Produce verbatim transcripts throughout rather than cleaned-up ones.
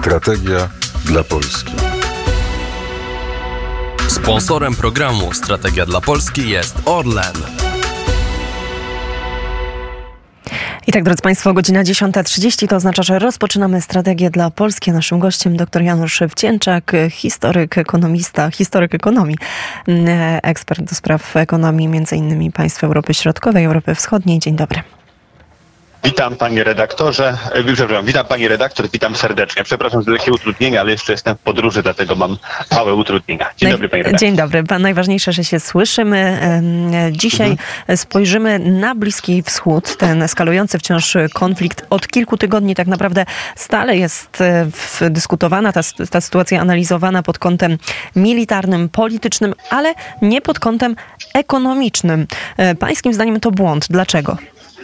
Strategia dla Polski. Sponsorem programu Strategia dla Polski jest Orlen. I tak, drodzy Państwo, godzina dziesiąta trzydzieści, to oznacza, że rozpoczynamy Strategię dla Polski. Naszym gościem dr Janusz Wdzięczak, historyk, ekonomista, historyk ekonomii, ekspert do spraw ekonomii, między innymi państw Europy Środkowej, Europy Wschodniej. Dzień dobry. Witam panie redaktorze, przepraszam, witam pani redaktor, witam serdecznie. Przepraszam za takie utrudnienia, ale jeszcze jestem w podróży, dlatego mam małe utrudnienia. Dzień dobry pani redaktor. Dzień dobry. Pan, najważniejsze, że się słyszymy. Dzisiaj mhm. spojrzymy na Bliski Wschód, ten eskalujący wciąż konflikt. Od kilku tygodni tak naprawdę stale jest dyskutowana, ta, ta sytuacja analizowana pod kątem militarnym, politycznym, ale nie pod kątem ekonomicznym. Pańskim zdaniem to błąd. Dlaczego?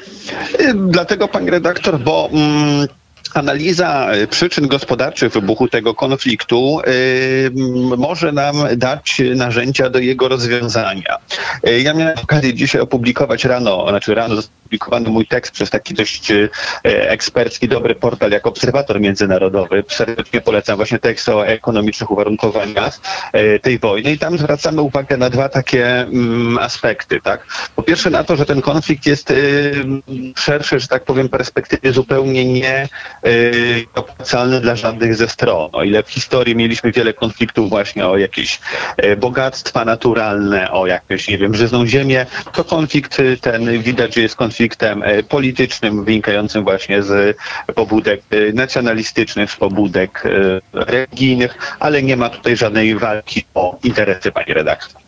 Dlatego, pani redaktor, bo mm, analiza przyczyn gospodarczych wybuchu tego konfliktu y, może nam dać narzędzia do jego rozwiązania. Y, ja miałem okazję dzisiaj opublikować rano, znaczy rano opublikowany mój tekst przez taki dość y, ekspercki, dobry portal jak Obserwator Międzynarodowy. Serdecznie polecam właśnie tekst o ekonomicznych uwarunkowaniach y, tej wojny i tam zwracamy uwagę na dwa takie y, aspekty. Tak? Po pierwsze na to, że ten konflikt jest y, szerszy, że tak powiem, perspektywie zupełnie nie opłacalny dla żadnych ze stron. O ile w historii mieliśmy wiele konfliktów właśnie o jakieś bogactwa naturalne, o jakieś, nie wiem, żyzną ziemię, to konflikt ten widać, że jest konfliktem politycznym, wynikającym właśnie z pobudek nacjonalistycznych, z pobudek religijnych, ale nie ma tutaj żadnej walki o interesy, pani redaktor.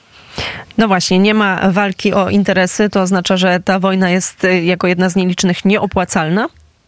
No właśnie, nie ma walki o interesy, to oznacza, że ta wojna jest jako jedna z nielicznych nieopłacalna?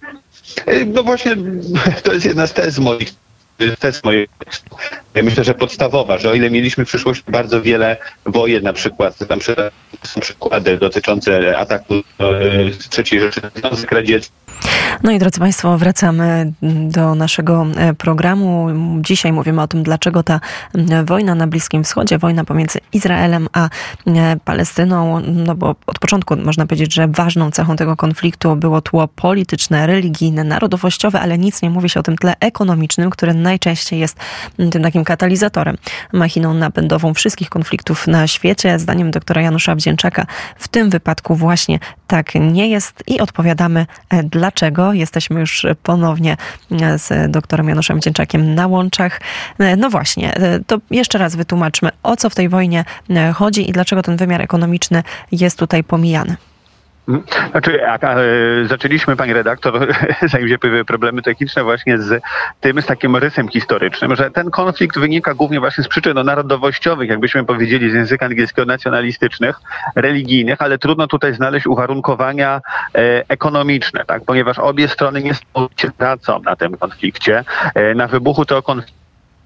No właśnie, to jest jedna z tez moich, tez mojej tekstu. Ja myślę, że podstawowa, że o ile mieliśmy w przyszłości bardzo wiele wojen, na przykład tam są przykłady dotyczące ataku trzeciej Rzeszy na Związek Radziecki. No i drodzy Państwo, wracamy do naszego programu. Dzisiaj mówimy o tym, dlaczego ta wojna na Bliskim Wschodzie, wojna pomiędzy Izraelem a Palestyną, no bo od początku można powiedzieć, że ważną cechą tego konfliktu było tło polityczne, religijne, narodowościowe, ale nic nie mówi się o tym tle ekonomicznym, który najczęściej jest tym takim katalizatorem, machiną napędową wszystkich konfliktów na świecie. Zdaniem doktora Janusza Wdzięczaka w tym wypadku właśnie tak nie jest i odpowiadamy dlaczego. Jesteśmy już ponownie z doktorem Januszem Wdzięczakiem na łączach. No właśnie, to jeszcze raz wytłumaczmy, o co w tej wojnie chodzi i dlaczego ten wymiar ekonomiczny jest tutaj pomijany. Znaczy, jak, e, zaczęliśmy, pani redaktor, zanim się pojawiły problemy techniczne, właśnie z tym, z takim rysem historycznym, że ten konflikt wynika głównie właśnie z przyczyn narodowościowych, jakbyśmy powiedzieli z języka angielskiego, nacjonalistycznych, religijnych, ale trudno tutaj znaleźć uwarunkowania e, ekonomiczne, tak, ponieważ obie strony nie tracą na tym konflikcie. E, na wybuchu tego konfliktu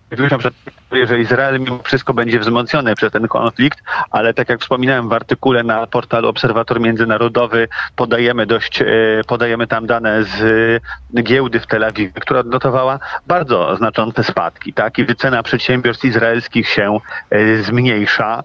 że Izrael mimo wszystko będzie wzmocniony przez ten konflikt, ale tak jak wspominałem w artykule na portalu Obserwator Międzynarodowy podajemy dość, podajemy tam dane z giełdy w Tel Awiwie, która odnotowała bardzo znaczące spadki, tak? I wycena przedsiębiorstw izraelskich się zmniejsza.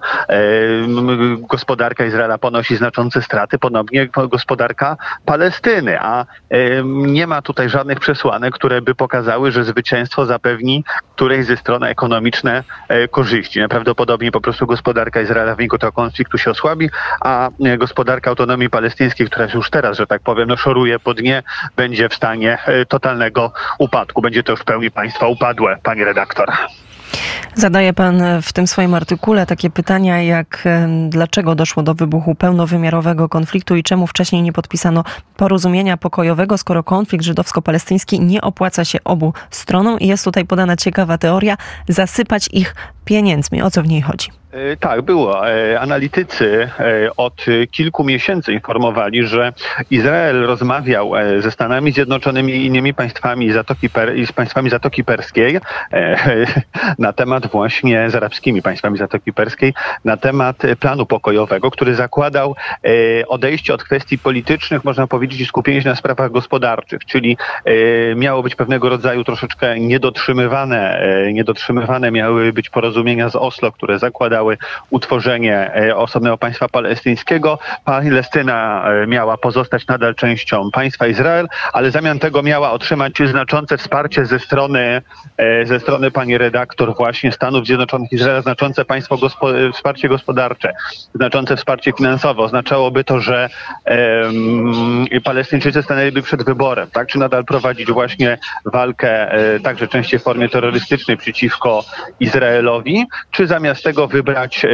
Gospodarka Izraela ponosi znaczące straty, ponownie gospodarka Palestyny, a nie ma tutaj żadnych przesłanek, które by pokazały, że zwycięstwo zapewni którejś ze stron ekonomiczne e, korzyści. Najprawdopodobniej po prostu gospodarka Izraela w wyniku tego konfliktu się osłabi, a e, gospodarka autonomii palestyńskiej, która już teraz, że tak powiem, no szoruje po dnie, będzie w stanie e, totalnego upadku. Będzie to już w pełni państwa upadłe, pani redaktor. Zadaje pan w tym swoim artykule takie pytania jak dlaczego doszło do wybuchu pełnowymiarowego konfliktu i czemu wcześniej nie podpisano porozumienia pokojowego, skoro konflikt żydowsko-palestyński nie opłaca się obu stronom i jest tutaj podana ciekawa teoria zasypać ich pieniędzmi. O co w niej chodzi? Tak, było. Analitycy od kilku miesięcy informowali, że Izrael rozmawiał ze Stanami Zjednoczonymi i innymi państwami Zatoki Per- i z państwami Zatoki Perskiej na temat właśnie z arabskimi państwami Zatoki Perskiej na temat planu pokojowego, który zakładał odejście od kwestii politycznych, można powiedzieć, i skupienie się na sprawach gospodarczych, czyli miało być pewnego rodzaju troszeczkę niedotrzymywane, niedotrzymywane miały być porozumienia z Oslo, które zakładały zakładały utworzenie osobnego państwa palestyńskiego. Palestyna miała pozostać nadal częścią państwa Izrael, ale zamiast tego miała otrzymać znaczące wsparcie ze strony, ze strony pani redaktor właśnie Stanów Zjednoczonych Izraela, znaczące państwo gospo- wsparcie gospodarcze, znaczące wsparcie finansowe. Oznaczałoby to, że um, Palestyńczycy stanęliby przed wyborem, tak? Czy nadal prowadzić właśnie walkę, e, także częściej w formie terrorystycznej przeciwko Izraelowi, czy zamiast tego wybrać e,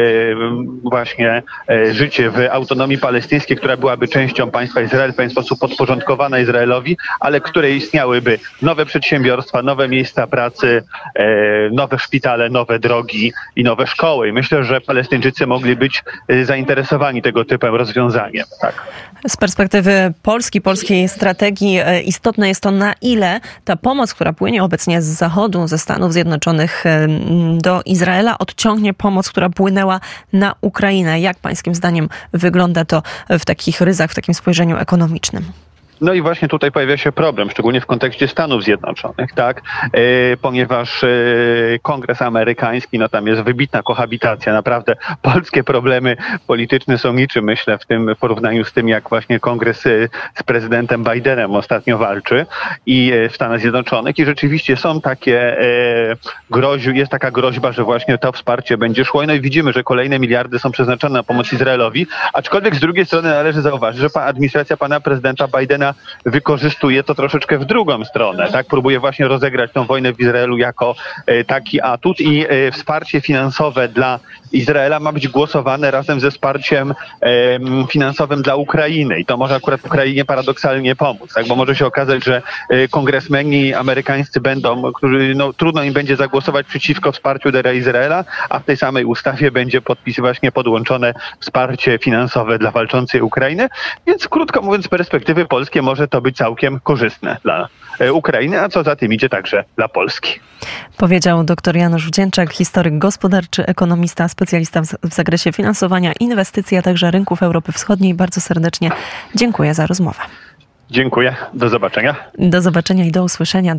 właśnie e, życie w autonomii palestyńskiej, która byłaby częścią państwa Izrael, w pewien sposób podporządkowana Izraelowi, ale której istniałyby nowe przedsiębiorstwa, nowe miejsca pracy, e, nowe szpitale, nowe drogi i nowe szkoły. I myślę, że Palestyńczycy mogli być e, zainteresowani tego typem rozwiązaniem. Tak. Z perspektywy Polski, polskiej strategii e, istotne jest to, na ile ta pomoc, która płynie obecnie z Zachodu, ze Stanów Zjednoczonych e, do Izraela, odciągnie pomoc, która płynęła na Ukrainę. Jak pańskim zdaniem wygląda to w takich ryzach, w takim spojrzeniu ekonomicznym? No i właśnie tutaj pojawia się problem, szczególnie w kontekście Stanów Zjednoczonych, tak, e, ponieważ e, Kongres amerykański, no tam jest wybitna kohabitacja, naprawdę polskie problemy polityczne są niczym, myślę, w tym w porównaniu z tym, jak właśnie Kongres e, z prezydentem Bidenem ostatnio walczy i e, w Stanach Zjednoczonych i rzeczywiście są takie e, groźby, jest taka groźba, że właśnie to wsparcie będzie szło, no i widzimy, że kolejne miliardy są przeznaczone na pomoc Izraelowi, aczkolwiek z drugiej strony należy zauważyć, że pa, administracja pana prezydenta Bidena wykorzystuje to troszeczkę w drugą stronę, tak? Próbuje właśnie rozegrać tą wojnę w Izraelu jako e, taki atut i e, wsparcie finansowe dla Izraela ma być głosowane razem ze wsparciem e, finansowym dla Ukrainy i to może akurat Ukrainie paradoksalnie pomóc, tak? Bo może się okazać, że e, kongresmeni amerykańscy będą, którzy, no, trudno im będzie zagłosować przeciwko wsparciu dla Izraela, a w tej samej ustawie będzie podpis właśnie podłączone wsparcie finansowe dla walczącej Ukrainy, więc krótko mówiąc z perspektywy polskiej może to być całkiem korzystne dla Ukrainy, a co za tym idzie także dla Polski. Powiedział dr Janusz Wdzięczak, historyk gospodarczy, ekonomista, specjalista w zakresie finansowania, inwestycji, a także rynków Europy Wschodniej. Bardzo serdecznie dziękuję za rozmowę. Dziękuję. Do zobaczenia. Do zobaczenia i do usłyszenia.